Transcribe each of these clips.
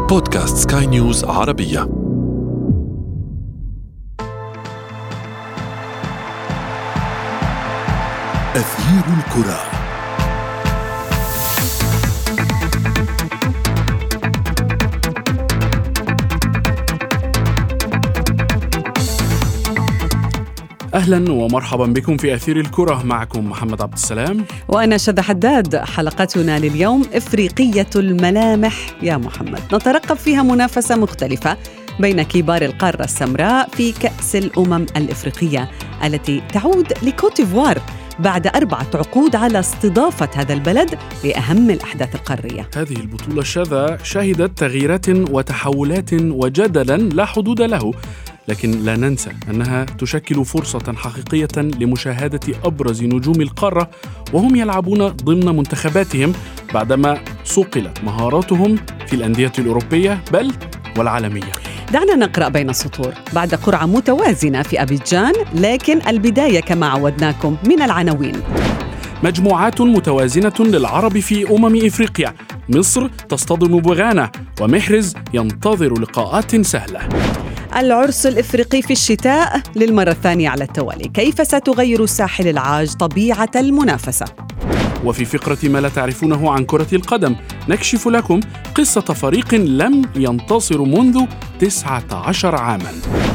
بودكاست سكاي نيوز عربية. أثير الكرة. أهلا ومرحبا بكم في أثير الكرة، معكم محمد عبد السلام وأنا شذى حداد. حلقتنا لليوم إفريقية الملامح يا محمد، نترقب فيها منافسة مختلفة بين كبار القارة السمراء في كأس الأمم الإفريقية التي تعود لكوتيفوار بعد 4 عقود على استضافة هذا البلد لأهم الأحداث القارية. هذه البطولة الشاذة شهدت تغييرات وتحولات وجدلا لا حدود له، لكن لا ننسى أنها تشكل فرصة حقيقية لمشاهدة أبرز نجوم القارة وهم يلعبون ضمن منتخباتهم بعدما صقلت مهاراتهم في الأندية الأوروبية بل والعالمية. دعنا نقرأ بين السطور بعد قرعة متوازنة في أبيجان، لكن البداية كما عودناكم من العناوين. مجموعات متوازنة للعرب في إفريقيا. مصر تصطدم بغانا ومحرز ينتظر لقاءات سهلة. العرس الإفريقي في الشتاء للمرة الثانية على التوالي، كيف ستغير ساحل العاج طبيعة المنافسة؟ وفي فقرة ما لا تعرفونه عن كرة القدم نكشف لكم قصة فريق لم ينتصر منذ 19 عاماً.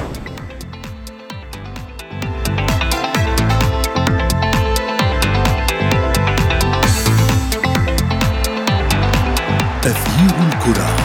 أثير الكرة.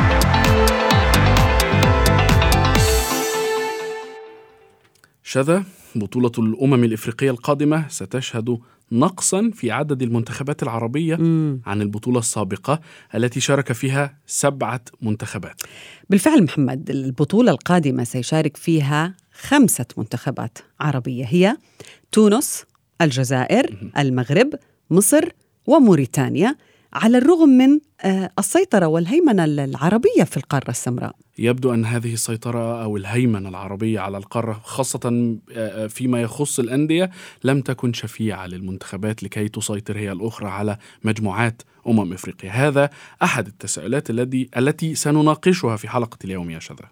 شذا، بطولة الأمم الإفريقية القادمة ستشهد نقصاً في عدد المنتخبات العربية عن البطولة السابقة التي شارك فيها 7 منتخبات. بالفعل محمد، البطولة القادمة سيشارك فيها 5 منتخبات عربية، هي تونس، الجزائر، المغرب، مصر وموريتانيا، على الرغم من السيطرة والهيمنة العربية في القارة السمراء. يبدو أن هذه السيطرة أو الهيمنة العربية على القارة خاصة فيما يخص الأندية لم تكن شفيعة للمنتخبات لكي تسيطر هي الأخرى على مجموعات إفريقيا. هذا أحد التساؤلات التي سنناقشها في حلقة اليوم يا شذى.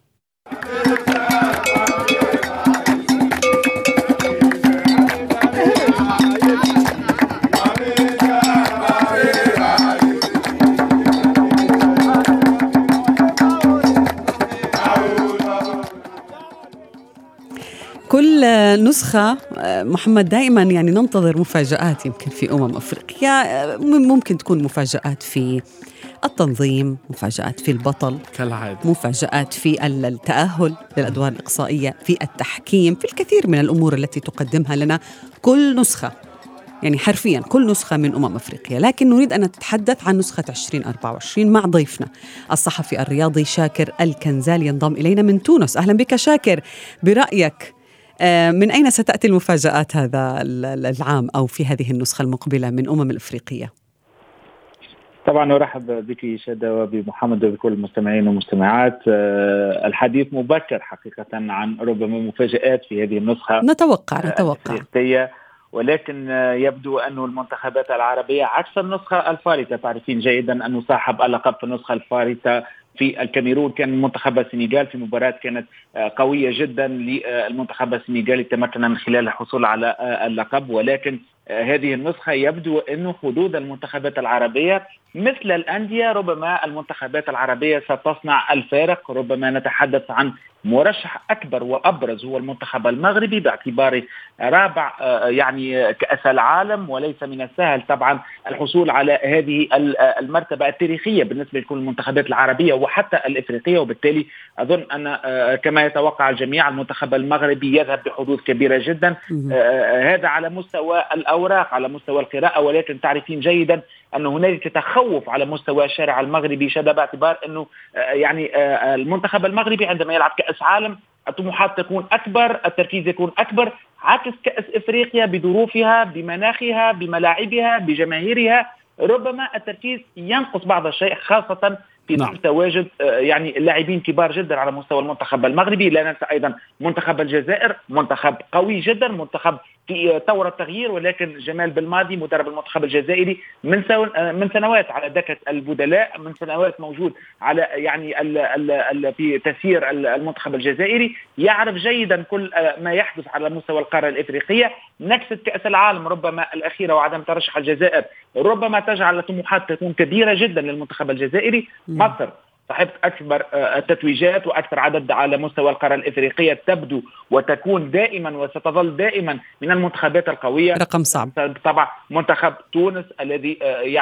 كل نسخة محمد دائما ننتظر مفاجآت، يمكن في أفريقيا ممكن تكون مفاجآت في التنظيم، مفاجآت في البطل كالعادة، مفاجآت في التأهل للأدوار الإقصائية، في التحكيم، في الكثير من الأمور التي تقدمها لنا كل نسخة، حرفيا كل نسخة من أفريقيا. لكن نريد أن نتحدث عن نسخة 2024 مع ضيفنا الصحفي الرياضي شاكر الكنزال، ينضم إلينا من تونس. أهلا بك شاكر، برأيك من أين ستأتي المفاجآت هذا العام أو في هذه النسخة المقبلة من الإفريقية؟ طبعا أرحب بك شادة وبمحمد وبكل المستمعين والمستمعات. الحديث مبكر حقيقة عن ربما مفاجآت في هذه النسخة، نتوقع الإفريقية، ولكن يبدو أن المنتخبات العربية عكس النسخة الفارطة. تعرفين جيدا أنه صاحب اللقب في النسخة الفارطة في الكاميرون كان منتخب السنغال في مباراة كانت قوية جدا للمنتخب السنغالي، تمكن من خلال الحصول على اللقب. ولكن هذه النسخة يبدو أنه حدود المنتخبات العربية مثل الأندية، ربما المنتخبات العربية ستصنع الفارق. ربما نتحدث عن مرشح أكبر وأبرز هو المنتخب المغربي باعتباره رابع كأس العالم، وليس من السهل طبعا الحصول على هذه المرتبة التاريخية بالنسبة لكل المنتخبات العربية وحتى الإفريقية. وبالتالي أظن أن كما يتوقع الجميع المنتخب المغربي يذهب بحدود كبيرة جدا. هذا على مستوى الأوراق، على مستوى القراءة، ولكن تعرفين جيدا أن هنالك تخوف على مستوى الشارع المغربي شدة، باعتبار أنه المنتخب المغربي عندما يلعب كأس عالم الطموحات تكون أكبر، التركيز يكون أكبر، عكس كأس إفريقيا بظروفها، بمناخها، بملاعبها، بجماهيرها، ربما التركيز ينقص بعض الشيء، خاصة في ظل تواجد يعني لاعبين كبار جدا على مستوى المنتخب المغربي. لا ننسى أيضا منتخب الجزائر، منتخب قوي جدا، منتخب في ثورة تغيير، ولكن جمال بالماضي مدرب المنتخب الجزائري من سنوات على دكة البدلاء، من سنوات موجود على يعني في تسيير المنتخب الجزائري، يعرف جيدا كل ما يحدث على مستوى القارة الإفريقية. نكسة كأس العالم ربما الأخيرة وعدم ترشح الجزائر ربما تجعل طموحات تكون كبيرة جدا للمنتخب الجزائري. مصر صاحبة أكبر التتويجات وأكثر عدد على مستوى القارة الإفريقية، تبدو وتكون دائما وستظل دائما من المنتخبات القوية. رقم صعب طبعا منتخب تونس الذي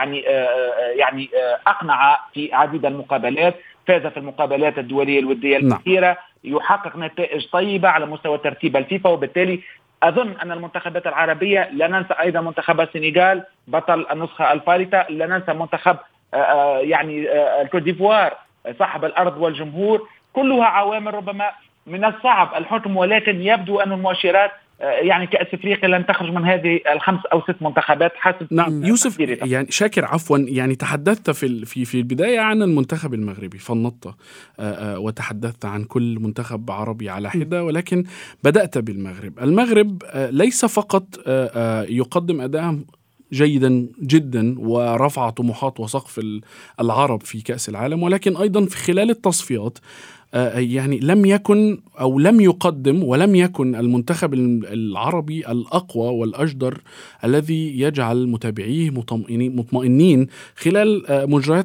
يعني أقنع في عديد المقابلات، فاز في المقابلات الدولية الودية الأخيرة، يحقق نتائج طيبة على مستوى ترتيب الفيفا. وبالتالي أظن أن المنتخبات العربية، لا ننسى أيضا منتخب السنغال بطل النسخة الفارطة، لا ننسى منتخب يعني الكوت ديفوار صاحب الأرض والجمهور، كلها عوامل ربما من الصعب الحكم، ولكن يبدو أن المؤشرات يعني كأس أفريقيا لن تخرج من هذه 5 أو 6 منتخبات حسب. نعم يوسف، يعني شاكر عفوا، يعني تحدثت في البداية عن المنتخب المغربي فالنطة، وتحدثت عن كل منتخب عربي على حدة، ولكن بدأت بالمغرب. المغرب ليس فقط يقدم أداء جيدا جدا ورفع طموحات وسقف العرب في كأس العالم، ولكن أيضا في خلال التصفيات يعني لم يكن أو لم يقدم ولم يكن المنتخب العربي الأقوى والأجدر الذي يجعل متابعيه مطمئنين خلال مجريات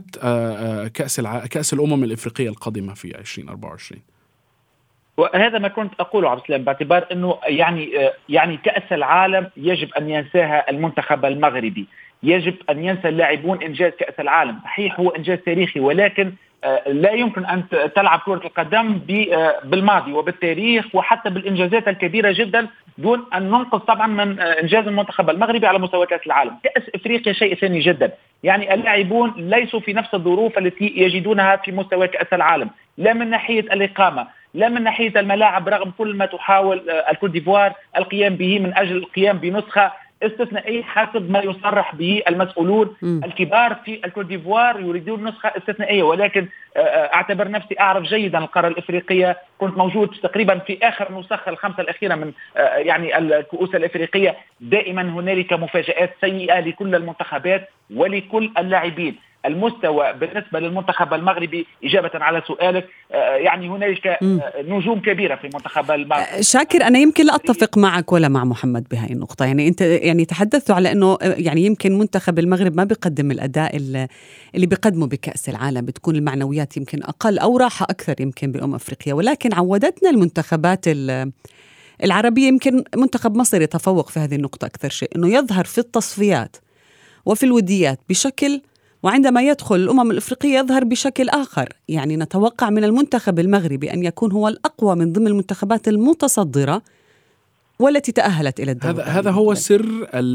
كأس الأمم الإفريقية القادمة في 2024. وهذا ما كنت أقوله عبد السلام، باعتبار أنه يعني كأس العالم يجب أن ينساها المنتخب المغربي، يجب أن ينسى اللاعبون إنجاز كأس العالم. صحيح هو إنجاز تاريخي، ولكن لا يمكن أن تلعب كرة القدم بالماضي وبالتاريخ وحتى بالإنجازات الكبيرة جدا دون أن ننقص طبعا من إنجاز المنتخب المغربي على مستوى كأس العالم. كأس إفريقيا شيء ثاني جدا، يعني اللاعبون ليسوا في نفس الظروف التي يجدونها في مستوى كأس العالم، لا من ناحية الإقامة لا من ناحية الملاعب، رغم كل ما تحاول الكوت ديفوار القيام به من أجل القيام بنسخة استثنائية حسب ما يصرح به المسؤولون الكبار في الكوت ديفوار، يريدون نسخة استثنائية. ولكن أعتبر نفسي أعرف جيدا القارة الإفريقية، كنت موجود تقريبا في آخر نسخة ال5 الأخيرة من يعني الكؤوس الإفريقية. دائما هنالك مفاجآت سيئة لكل المنتخبات ولكل اللاعبين. المستوى بالنسبة للمنتخب المغربي، إجابة على سؤالك، يعني هنالك نجوم كبيرة في المنتخب المغربي. شاكر، أنا يمكن لا أتفق معك ولا مع محمد بهاي النقطة. يعني أنت يعني تحدثت على أنه يعني يمكن منتخب المغرب ما بيقدم الأداء اللي بيقدمه بكأس العالم، بتكون المعنويات يمكن أقل أو راحة أكثر يمكن بأمم أفريقيا، ولكن عودتنا المنتخبات العربية، يمكن منتخب مصر يتفوق في هذه النقطة أكثر شيء، أنه يظهر في التصفيات وفي الوديات بشكل، وعندما يدخل الأمم الأفريقية يظهر بشكل آخر. يعني نتوقع من المنتخب المغربي أن يكون هو الأقوى من ضمن المنتخبات المتصدرة والتي تأهلت إلى الدوري. هذا هو سر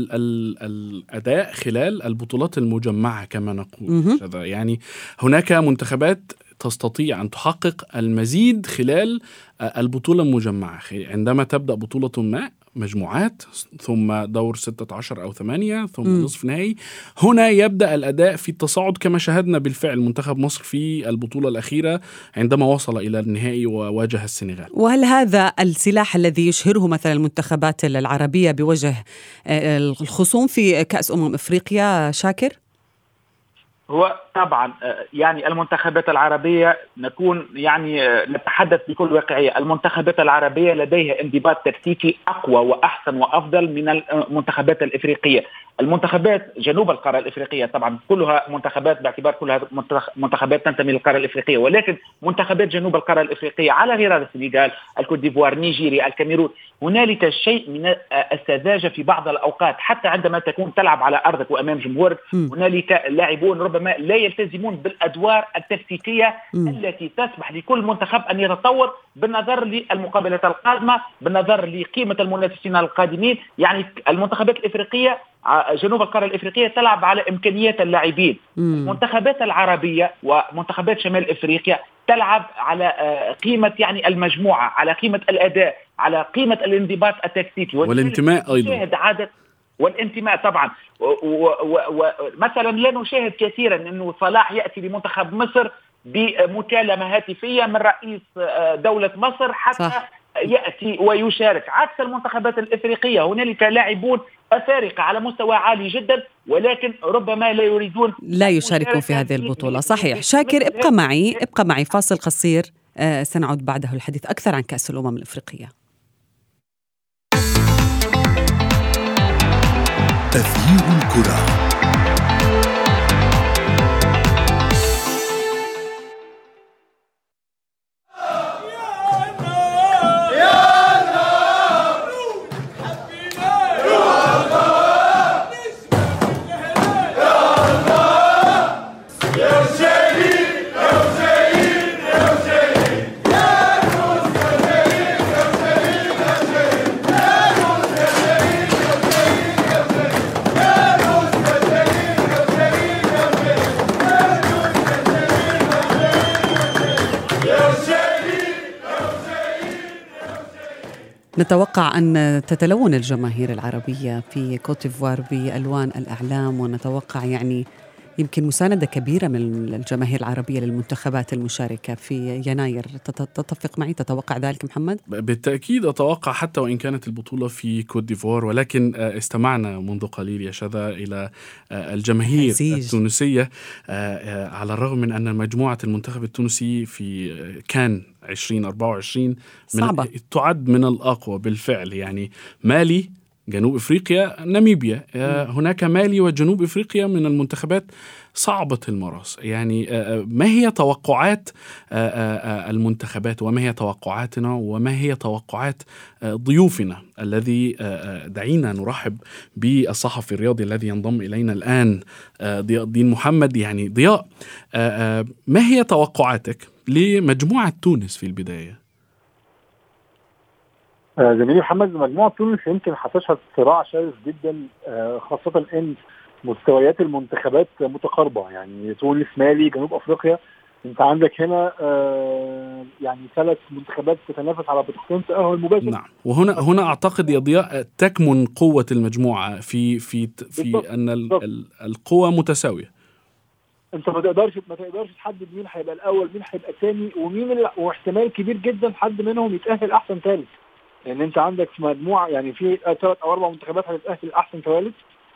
الأداء خلال البطولات المجمعة كما نقول. يعني هناك منتخبات تستطيع أن تحقق المزيد خلال البطولة المجمعة. عندما تبدأ بطولة ما مجموعات، ثم دور 16 أو 8، ثم نصف نهائي، هنا يبدأ الأداء في التصاعد كما شاهدنا بالفعل منتخب مصر في البطولة الأخيرة عندما وصل إلى النهائي وواجه السنغال. وهل هذا السلاح الذي يشهره مثلا المنتخبات العربية بوجه الخصوم في كأس أفريقيا شاكر؟ هو طبعا يعني المنتخبات العربية نكون يعني نتحدث بكل واقعية، المنتخبات العربية لديها انضباط تكتيكي أقوى وأحسن وأفضل من المنتخبات الإفريقية. المنتخبات جنوب القارة الإفريقية طبعا كلها منتخبات، باعتبار كلها منتخبات تنتمي للقارة الإفريقية، ولكن منتخبات جنوب القارة الإفريقية على غرار السنغال، الكوت ديفوار، نيجيريا، الكاميرون، هنالك شيء من السذاجة في بعض الأوقات، حتى عندما تكون تلعب على أرضك وأمام جمهورك. هنالك لاعبون ربما لا يلتزمون بالأدوار التكتيكية التي تسمح لكل منتخب أن يتطور بالنظر للمقابلات القادمة، بالنظر لقيمة المنافسين القادمين. يعني المنتخبات الإفريقية جنوب القارة الإفريقية تلعب على إمكانيات اللاعبين. المنتخبات العربية ومنتخبات شمال إفريقيا تلعب على قيمة يعني المجموعة، على قيمة الأداء، على قيمة الانضباط التكتيكي والانتماء أيضا، والانتماء طبعا. ومثلا لا نشاهد كثيرا أنه صلاح يأتي لمنتخب مصر بمكالمة هاتفية من رئيس دولة مصر حتى يأتي ويشارك، عكس المنتخبات الإفريقية. هنالك لاعبون أفارقة على مستوى عالي جدا، ولكن ربما لا يريدون لا يشاركون في هذه البطولة. صحيح. شاكر، ابقى معي فاصل قصير، سنعود بعده الحديث أكثر عن كأس الأمم الإفريقية. تغيير الكرة. نتوقع أن تتلون الجماهير العربية في كوت ديفوار بألوان الأعلام، ونتوقع يعني يمكن مساندة كبيرة من الجماهير العربية للمنتخبات المشاركة في يناير. تتفق معي؟ تتوقع ذلك محمد؟ بالتأكيد أتوقع، حتى وإن كانت البطولة في كوت ديفوار، ولكن استمعنا منذ قليل يا شذا إلى الجماهير التونسية. على الرغم من أن مجموعة المنتخب التونسي في كان 2024 تعد من الأقوى بالفعل، يعني مالي، جنوب إفريقيا، ناميبيا. هناك مالي وجنوب إفريقيا من المنتخبات صعبة المراس. يعني ما هي توقعات المنتخبات، وما هي توقعاتنا، وما هي توقعات ضيوفنا الذي دعينا نرحب بالصحفي الرياضي الذي ينضم إلينا الآن، ضياء الدين محمد. يعني ضياء، ما هي توقعاتك لمجموعة تونس في البداية؟ زميلي محمد، مجموعة تونس يمكن هتشهد صراع شرس جدا، خاصة ان مستويات المنتخبات متقاربة. يعني تونس، مالي، جنوب افريقيا، انت عندك هنا يعني 3 منتخبات تتنافس على بطاقتين تأهل مباشر. نعم، وهنا اعتقد يا ضياء تكمن قوة المجموعة في ان القوة متساوية. انت ما تقدرش تحدد مين هيبقى الاول، مين هيبقى الثاني، واحتمال كبير جدا حد منهم يتأهل احسن ثالث. لان انت عندك في مجموعه يعني في 3 أو 4 منتخبات هتتأهل احسن ثالث،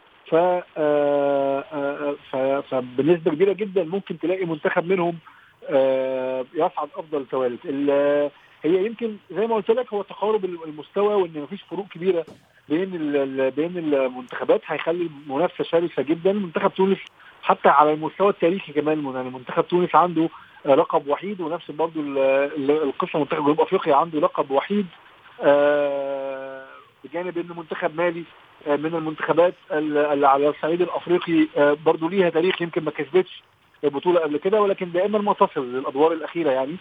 فبنسبه كبيره جدا ممكن تلاقي منتخب منهم يصعد افضل ثالث. هي يمكن زي ما قلت لك، هو تقارب المستوى، وان مفيش فروق كبيره بين المنتخبات هيخلي المنافسه شرسه جدا. منتخب تونس حتى على المستوى التاريخي كمان، يعني منتخب تونس عنده لقب وحيد، ونفس برضو القصه منتخب جنوب افريقيا عنده لقب وحيد، بجانب ان منتخب مالي من المنتخبات اللي على الصعيد الافريقي برضو ليها تاريخ، يمكن ما كسبتش البطوله قبل كده، ولكن دائما ما تصل للادوار الاخيره. يعني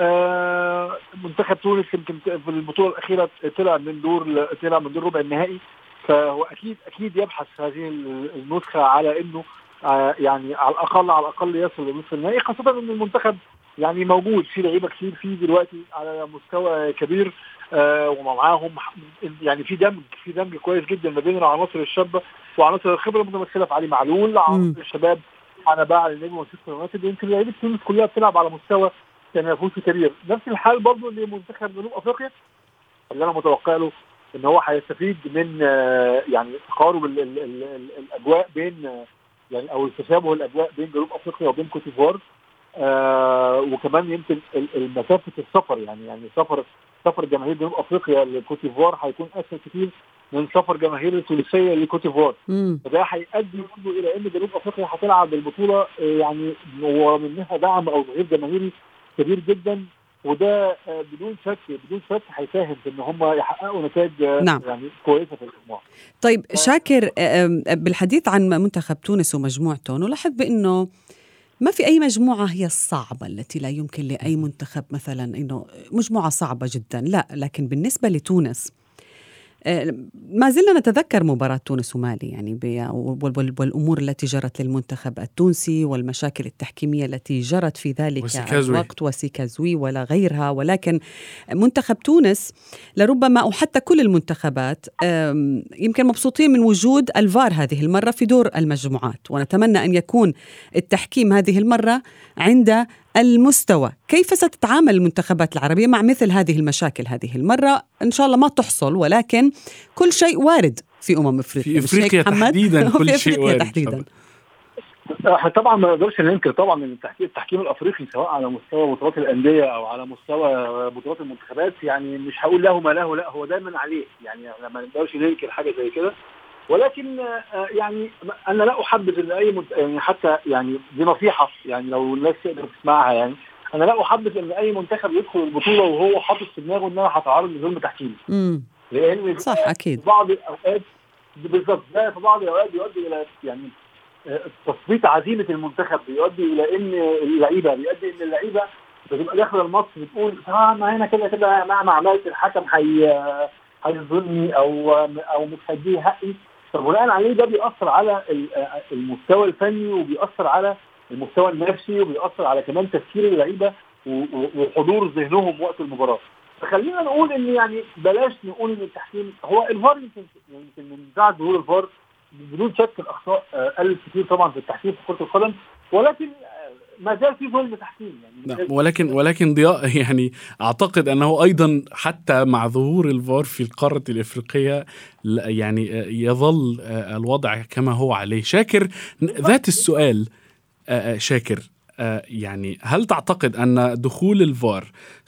منتخب تونس يمكن في البطوله الاخيره طلع من دور ربع النهائي، فهو اكيد يبحث هذه النسخه على انه يعني على الاقل يصل لنصف النهائي، خاصه ان المنتخب يعني موجود فيه لعيبه كتير فيه دلوقتي على مستوى كبير، ومعاهم يعني في دمج كويس جدا ما بين العناصر الشابه وعناصر الخبره المتمثله في علي معلول، عناصر الشباب انا بقى على النجم ومانشستر يونايتد. يمكن لعيبه تونس كلها بتلعب على مستوى تنافسي كبير. نفس الحال برضه لمنتخب جنوب افريقيا اللي انا متوقع له ان هو هيستفيد من يعني تقارب الاجواء بين يعني او تشابه الاجواء بين جنوب افريقيا وبين كوت ديفوار، وكمان يمكن المسافه السفر، يعني سفر جماهير جنوب افريقيا لكوت ديفوار هيكون اسهل كتير من سفر جماهير التونسيه لكوت ديفوار. فده هيؤدي برضه الى ان جنوب افريقيا هتلعب البطوله يعني ومنها دعم او ظهير جماهيري كبير جدا، وده بدون شك هيساهم في ان هم يحققوا نتائج يعني كويسه في المجموعه. طيب شاكر، بالحديث عن منتخب تونس ومجموعته، نلاحظ بانه ما في أي مجموعة هي الصعبة التي لا يمكن لأي منتخب مثلا إنه مجموعة صعبة جدا، لا، لكن بالنسبة لتونس ما زلنا نتذكر مباراة تونس ومالي يعني والأمور التي جرت للمنتخب التونسي والمشاكل التحكيمية التي جرت في ذلك الوقت وسيكازوي ولا غيرها. ولكن منتخب تونس لربما وحتى كل المنتخبات يمكن مبسوطين من وجود الفار هذه المرة في دور المجموعات، ونتمنى أن يكون التحكيم هذه المرة عند المستوى، كيف ستتعامل المنتخبات العربية مع مثل هذه المشاكل هذه المرة؟ إن شاء الله ما تحصل، ولكن كل شيء وارد في في إفريقيا تحديدا كل شيء وارد تحديدا. طبعا ما نقدرش ننكر طبعا ان التحكيم الافريقي سواء على مستوى بطولات الانديه او على مستوى بطولات المنتخبات، يعني مش هقول له ما له، لا هو دايما عليه، يعني ما نقدرش ننكر حاجه زي كده. ولكن يعني انا لا احبذ ان اي يعني حتى يعني دي نصيحه يعني لو الناس تقدر تسمعها، يعني انا لا احبذ ان اي منتخب يدخل البطوله وهو حاطط في دماغه ان انا هتعرض لظلم تحكيمي. لان صح اكيد بعض الاوقات بالظبط ده في بعض الاوقات بيؤدي الى يعني تثبيط عزيمه المنتخب، بيؤدي الى ان اللعيبه بتبقى داخله الماتش بتقول ما هنا كده كده مهما عملت الحكم هيظلمني او مش هيديه حقي. فبناء عليه ده بيأثر على المستوى الفني وبيأثر على المستوى النفسي وبيأثر على كمان تفكير اللعيبه وحضور ذهنهم وقت المباراه. فخلينا نقول ان يعني بلاش نقول ان التحكيم هو الفار، يمكن من بعد ظهور الفار بدون شك الاخطاء قلت كتير طبعا في التحكيم في كرة القدم، ولكن ما زال في ظلم تحكيم يعني. ولكن ضياء يعني اعتقد انه ايضا حتى مع ظهور الفار في القارة الافريقية يعني يظل الوضع كما هو عليه. شاكر، ذات السؤال شاكر، يعني هل تعتقد أن دخول الفار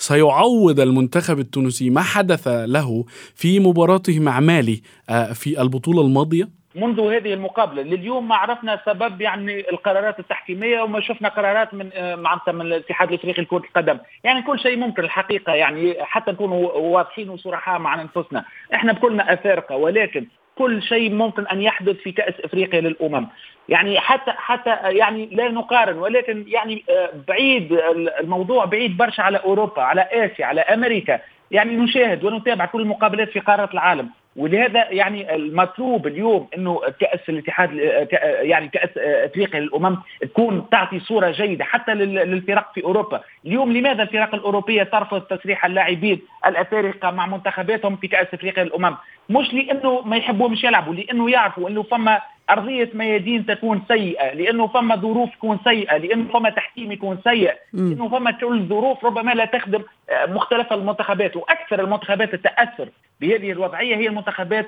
سيعوض المنتخب التونسي ما حدث له في مباراته مع مالي في البطولة الماضية؟ منذ هذه المقابلة لليوم ما عرفنا سبب يعني القرارات التحكيمية، وما شفنا قرارات من الاتحاد الافريقي لكرة القدم. يعني كل شيء ممكن الحقيقة، يعني حتى نكونوا واضحين وصراحة مع انفسنا، احنا بكلنا افارقة، ولكن كل شيء ممكن ان يحدث في كأس افريقيا للامم. يعني حتى يعني لا نقارن، ولكن يعني بعيد الموضوع، بعيد برشا على اوروبا، على اسيا، على امريكا. يعني نشاهد ونتابع كل المقابلات في قارة العالم، ولهذا يعني المطلوب اليوم انه كأس الاتحاد يعني كأس افريقيا للامم تكون تعطي صورة جيدة حتى للفرق في اوروبا. اليوم لماذا الفرق الاوروبية ترفض تسريح اللاعبين الافارقة مع منتخباتهم في كأس افريقيا للامم؟ مش لانه ما يحبوش يلعبوا، لانه يعرفوا انه فما أرضية ميادين تكون سيئة، لأنه فما ظروف تكون سيئة، لأنه فما تحكيم يكون سيء، لأنه فما كل ظروف ربما لا تخدم مختلف المنتخبات. وأكثر المنتخبات التأثر بهذه الوضعية هي المنتخبات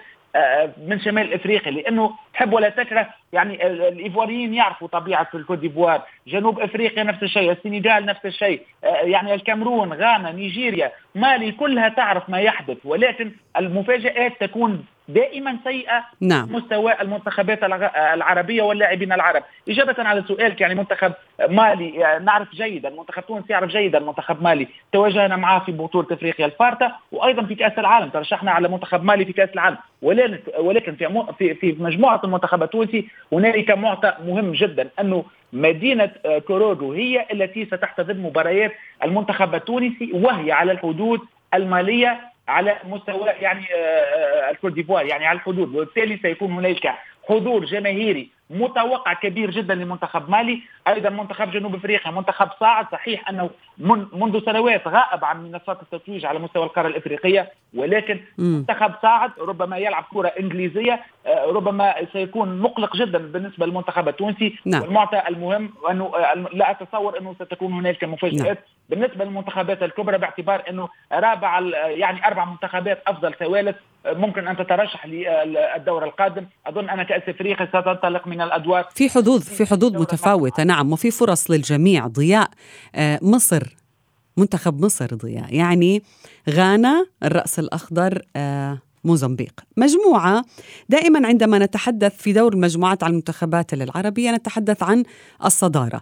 من شمال افريقيا، لانه تحب ولا تكره يعني الايفواريين يعرفوا طبيعه الكوت ديفوار، جنوب افريقيا نفس الشيء، السنغال نفس الشيء، يعني الكاميرون، غانا، نيجيريا، مالي، كلها تعرف ما يحدث. ولكن المفاجآت تكون دائما سيئة. نعم. مستوى المنتخبات العربية واللاعبين العرب. إجابة على سؤالك، يعني منتخب مالي نعرف جيدا، منتخب تونس يعرف جيدا منتخب مالي، تواجهنا معاه في بطولة افريقيا الفارطة، وايضا في كأس العالم ترشحنا على منتخب مالي في كأس العالم. ولكن في مجموعة المنتخب التونسي هنالك معطى مهم جدا، انه مدينة كوروغو هي التي ستحتضن مباريات المنتخب التونسي، وهي على الحدود المالية على مستوى يعني الكوت ديفوار، يعني على الحدود، وبالتالي سيكون هنالك حضور جماهيري متوقع كبير جدا لمنتخب مالي. ايضا منتخب جنوب افريقيا منتخب صاعد، صحيح انه منذ سنوات غائب عن منصات التتويج على مستوى القاره الافريقيه، ولكن منتخب صاعد ربما يلعب كره انجليزيه، ربما سيكون مقلق جدا بالنسبه للمنتخب التونسي. نعم. والمعطى المهم انه لا اتصور انه ستكون هنالك مفاجآت. نعم. بالنسبه للمنتخبات الكبرى، باعتبار انه رابع يعني 4 منتخبات افضل ثوالث ممكن ان تترشح للدور القادم. اظن ان كأس افريقيا ستنطلق من الادوار في حدود متفاوته. نعم، وفي فرص للجميع. ضياء، مصر، منتخب مصر ضياء، يعني غانا، الرأس الأخضر، موزمبيق، مجموعة. دائما عندما نتحدث في دور المجموعات على المنتخبات العربية نتحدث عن الصدارة،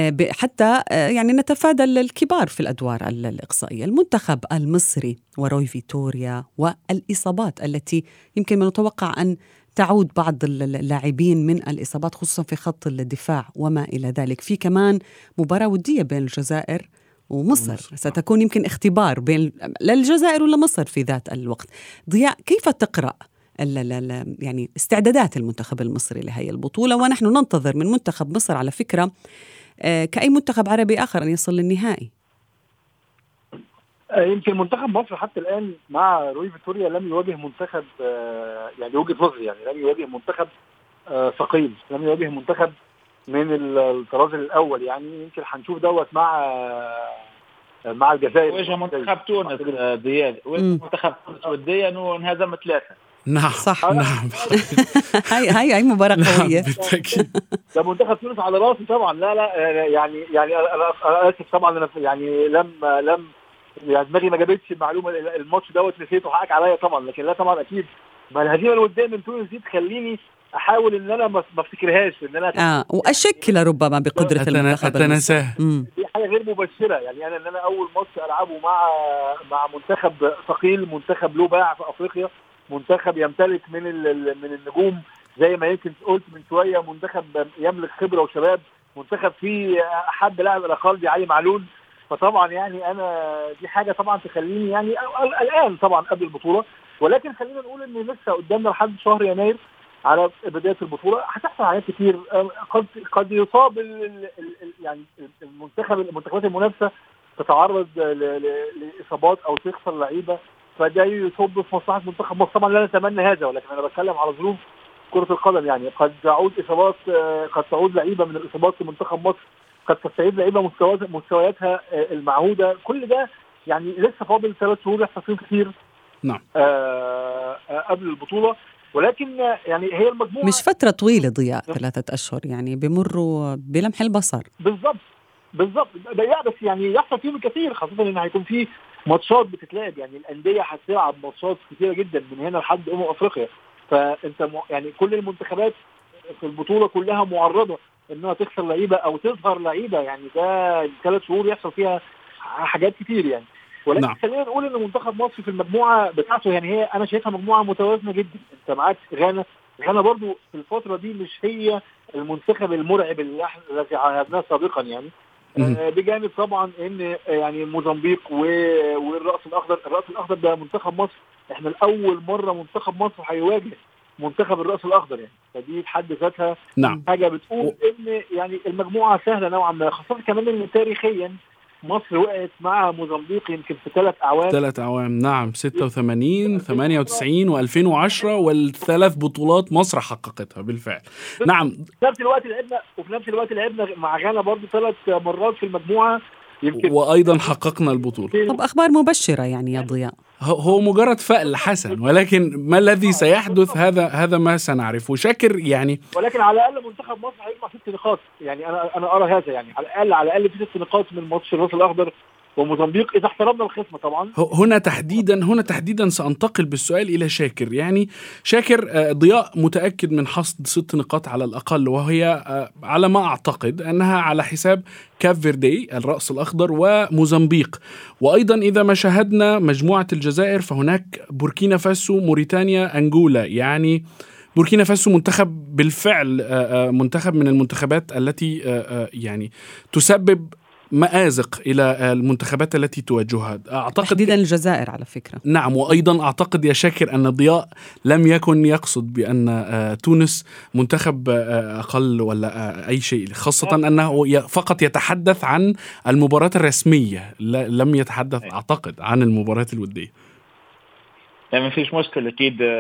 حتى يعني نتفادى الكبار في الأدوار الإقصائية. المنتخب المصري وروي فيتوريا والإصابات التي يمكن من نتوقع أن تعود بعض اللاعبين من الإصابات، خصوصا في خط الدفاع وما إلى ذلك. في كمان مباراة ودية بين الجزائر ومصر ستكون يمكن اختبار بين للجزائر ولا مصر في ذات الوقت. ضياء، كيف تقرأ يعني استعدادات المنتخب المصري لهذه البطولة، ونحن ننتظر من منتخب مصر على فكرة كأي منتخب عربي آخر أن يصل للنهائي؟ يمكن منتخب مصر حتى الآن مع روي فيتوريا لم يواجه منتخب، يعني وجهة نظري يعني لم يواجه منتخب ثقيل، لم يواجه منتخب من الطراز الاول. يعني يمكن هنشوف دوت مع الجزائر. وجه منتخب تونس ديال منتخب تونس وديا وانهزم 3. نعم صح. نعم هاي مباراة قوية. بالتأكيد. ده منتخب تونس على راسي طبعا. لا يعني انا اسف طبعا. انا يعني لم يعني دماغي ما جابتش المعلومه. الماتش دوت نسيته، حقك عليا طبعا. لكن لا طبعا اكيد ما الهزيمه اللي قدام من تونس دي تخليني احاول ان انا ما افتكرهاش ان انا واشك ربما بقدره المنتخب اتنساه. دي حاجه غير مبشره. يعني انا اول ماتش العبه مع منتخب ثقيل، منتخب له باع في افريقيا، منتخب يمتلك من النجوم زي ما يمكن قلت من شويه، منتخب يملك خبره وشباب، منتخب فيه احد لاعب الى قلبي علي معلول. فطبعا يعني انا دي حاجه طبعا تخليني يعني الان طبعا قبل البطوله. ولكن خلينا نقول ان لسه قدامنا لحد شهر يناير على بدايه البطوله. هتحصل حاجات كتير. قد يصاب يعني المنتخبات المنافسه تتعرض لاصابات او تخسر لعيبه، فده يصب في مصلحه منتخب مصر. طبعا لا نتمنى هذا، ولكن انا بتكلم على ظروف كره القدم. يعني قد تعود اصابات، قد تعود لعيبه من الاصابات لمنتخب مصر، قد تستعيد لعيبه مستوياتها المعهوده. كل ده يعني لسه فاضل 3 شهور يحصل فيهم كتير. نعم. قبل البطوله. ولكن يعني هي المجموعه مش فتره طويله ضياء، 3 أشهر يعني بمروا بلمح البصر. بالضبط. بس يعني يحصل فيهم الكثير، خاصه ان هيكون في ماتشات بتتلعب. يعني الانديه هتلعب ماتشات كثيره جدا من هنا لحد افريقيا. فانت يعني كل المنتخبات في البطوله كلها معرضه انها تخسر لعيبه او تظهر لعيبه. يعني ده 3 شهور يحصل فيها حاجات كتير يعني. ولكن نعم. خلينا نقول ان منتخب مصر في المجموعه بتاعته يعني هي انا شايفها مجموعه متوازنه جدا. انت معاك غانا برضو في الفتره دي مش هي المنتخب المرعب الذي عهدناه سابقا يعني. بجانب طبعا ان يعني موزمبيق والرأس الاخضر ده منتخب مصر. احنا الاول مره منتخب مصر هيواجه منتخب الرأس الاخضر يعني. فدي بحد ذاتها نعم. حاجه بتقول ان يعني المجموعه سهله نوعا ما، خاصه كمان ان تاريخيا مصر وقعت مع موزمبيق يمكن في 3 أعوام. نعم. 86 98 و2010 والثلاث بطولات مصر حققتها بالفعل. نعم. في نفس الوقت لعبنا مع غانا برضو 3 مرات في المجموعة يمكن، وأيضا حققنا البطولة. طب أخبار مبشرة يعني يا ضياء. هو مجرد فأل حسن، ولكن ما الذي سيحدث هذا ما سنعرفه. شاكر يعني. ولكن على الأقل منتخب مصر هيجمع 6 نقاط. يعني أنا أرى هذا يعني على الأقل في 6 نقاط من ماتش الرأس الأخضر وموزمبيق إذا احترمنا الخصم طبعا. هنا تحديدا سأنتقل بالسؤال إلى شاكر. يعني شاكر، ضياء متأكد من حصد 6 نقاط على الأقل، وهي على ما أعتقد أنها على حساب كاب فيردي الرأس الأخضر وموزمبيق. وأيضا إذا ما شاهدنا مجموعة الجزائر فهناك بوركينا فاسو، موريتانيا، أنغولا. يعني بوركينا فاسو منتخب بالفعل منتخب من المنتخبات التي يعني تسبب مآزق إلى المنتخبات التي تواجهها. أعتقد تحديدا الجزائر على فكرة. نعم. وأيضا أعتقد يا شاكر أن ضياء لم يكن يقصد بأن تونس منتخب أقل ولا أي شيء، خاصة أنه فقط يتحدث عن المباراة الرسمية، لم يتحدث أعتقد عن المباراة الودية. يعني ما فيش مشكلة.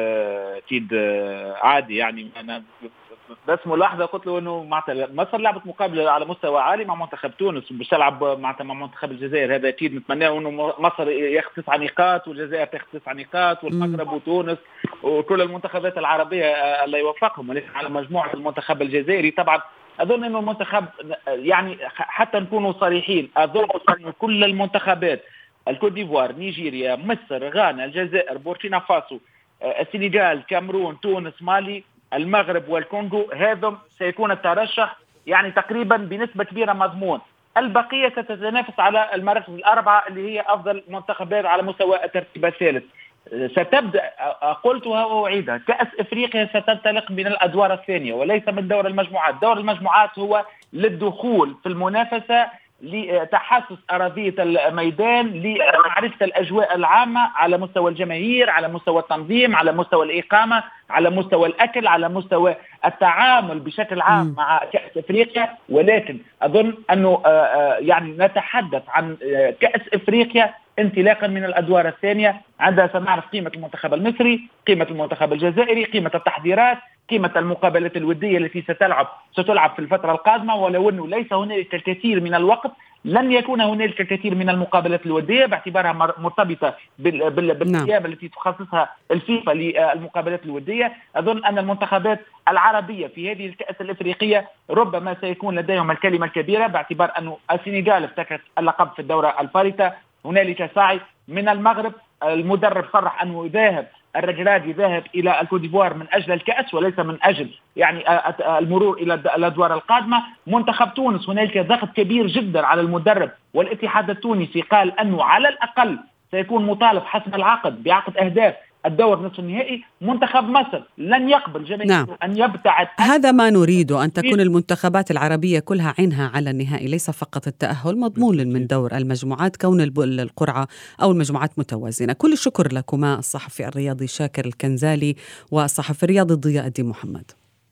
أكيد عادي. يعني أنا بس ملاحظة قلت له إنه مصر لعبت مقابلة على مستوى عالي مع منتخب تونس، مش تلعب مع منتخب الجزائر. هذا أكيد نتمناه إنه مصر ياخذ 9 نقاط والجزائر تاخذ 9 نقاط والمغرب وتونس وكل المنتخبات العربية الله يوفقهم. ولكن على مجموعة المنتخب الجزائري طبعا أظن إنه المنتخب يعني حتى نكونوا صريحين، أظن إنه كل المنتخبات الكوت ديفوار، نيجيريا، مصر، غانا، الجزائر، بوركينا فاسو، السنغال، كامرون، تونس، مالي، المغرب والكونغو، هذا سيكون الترشح يعني تقريبا بنسبة كبيرة مضمون. البقية ستتنافس على المراكز ال4 اللي هي أفضل منتخبات على مستوى الترتيب الثالث. ستبدأ، قلتها وأعيدها، كأس إفريقيا ستنطلق من الأدوار الثانية وليس من دور المجموعات. دور المجموعات هو للدخول في المنافسة، لتحسس أراضية الميدان، لمعرفة الأجواء العامة على مستوى الجماهير، على مستوى التنظيم، على مستوى الإقامة، على مستوى الأكل، على مستوى التعامل بشكل عام مع كأس إفريقيا. ولكن أظن أنه يعني نتحدث عن كأس إفريقيا انطلاقا من الأدوار الثانية، عندها سنعرف قيمة المنتخب المصري، قيمة المنتخب الجزائري، قيمة التحضيرات، قيمة المقابلات الودية التي ستلعب في الفترة القادمة، ولو أنه ليس هنالك الكثير من الوقت لن يكون هنالك الكثير من المقابلات الودية باعتبارها مرتبطة بالأيام التي تخصصها الفيفا للمقابلات الودية. أظن أن المنتخبات العربية في هذه الكأس الإفريقية ربما سيكون لديهم الكلمة الكبيرة، باعتبار أن السنغال ابتكرت اللقب في الدورة الفارطة. هنالك سعي من المغرب، المدرب صرح أنه الرجراجي ذاهب إلى الكوت ديفوار من أجل الكأس وليس من أجل يعني المرور إلى الأدوار القادمة. منتخب تونس هنالك ضغط كبير جدا على المدرب، والاتحاد التونسي قال أنه على الأقل سيكون مطالب حسب العقد بعقد أهداف الدور نصف النهائي. منتخب مصر لن يقبل جميعا أن يبتعد. هذا ما نريد، أن تكون المنتخبات العربية كلها عينها على النهائي، ليس فقط التأهل مضمون من دور المجموعات، كون القرعة أو المجموعات متوازنة. كل الشكر لكما الصحفي الرياضي شاكر الكنزالي والصحفي الرياضي ضياء الدين محمد.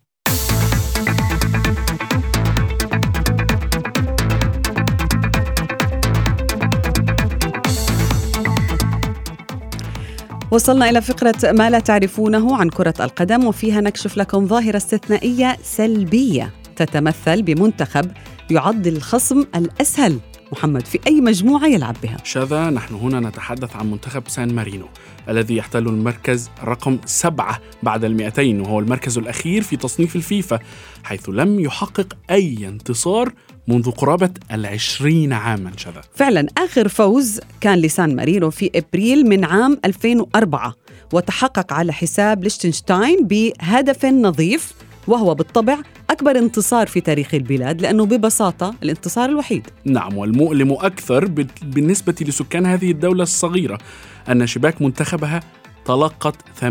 وصلنا إلى فقرة ما لا تعرفونه عن كرة القدم، وفيها نكشف لكم ظاهرة استثنائية سلبية تتمثل بمنتخب يعد الخصم الأسهل محمد في أي مجموعة يلعب بها. شذا، نحن هنا نتحدث عن منتخب سان مارينو الذي يحتل المركز رقم 7 بعد 200، وهو المركز الأخير في تصنيف الفيفا، حيث لم يحقق أي انتصار منذ قرابة 20 عاما. شذا، فعلا آخر فوز كان لسان مارينو في إبريل من عام 2004، وتحقق على حساب ليشتنشتاين بهدف نظيف، وهو بالطبع أكبر انتصار في تاريخ البلاد، لأنه ببساطة الانتصار الوحيد. نعم، والمؤلم أكثر بالنسبة لسكان هذه الدولة الصغيرة أن شباك منتخبها تلقت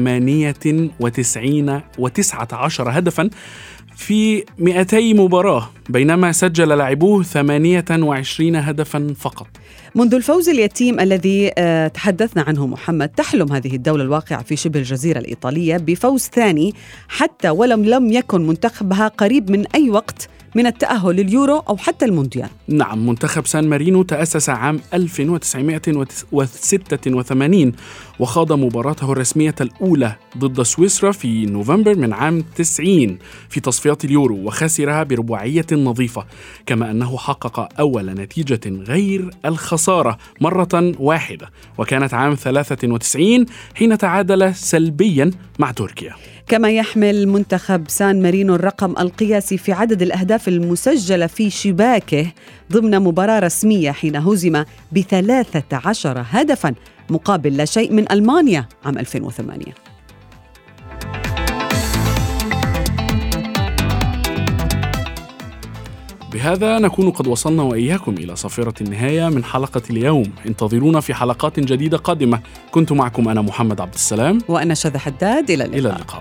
98 هدفا في 200 مباراة، بينما سجل لاعبوه 28 هدفا فقط. منذ الفوز اليتيم الذي تحدثنا عنه محمد، تحلم هذه الدولة الواقعة في شبه الجزيرة الإيطالية بفوز ثاني، حتى ولم يكن منتخبها قريب من أي وقت من التأهل لليورو أو حتى المونديال. نعم، منتخب سان مارينو تأسس عام 1986 وخاض مباراته الرسمية الأولى ضد سويسرا في نوفمبر من عام 90 في تصفيات اليورو، وخسرها برباعية نظيفة، كما أنه حقق أول نتيجة غير الخسارة مرة واحدة، وكانت عام 93 حين تعادل سلبيا مع تركيا. كما يحمل منتخب سان مارينو الرقم القياسي في عدد الأهداف المسجلة في شباكه ضمن مباراة رسمية، حين هزم ب13 هدفا مقابل لا شيء من ألمانيا عام 2008. بهذا نكون قد وصلنا وإياكم إلى صافرة النهاية من حلقة اليوم. انتظرونا في حلقات جديدة قادمة. كنت معكم أنا محمد عبد السلام، وأنا شذى حداد. إلى اللقاء.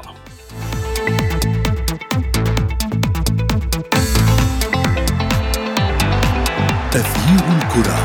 تغيير الكرة.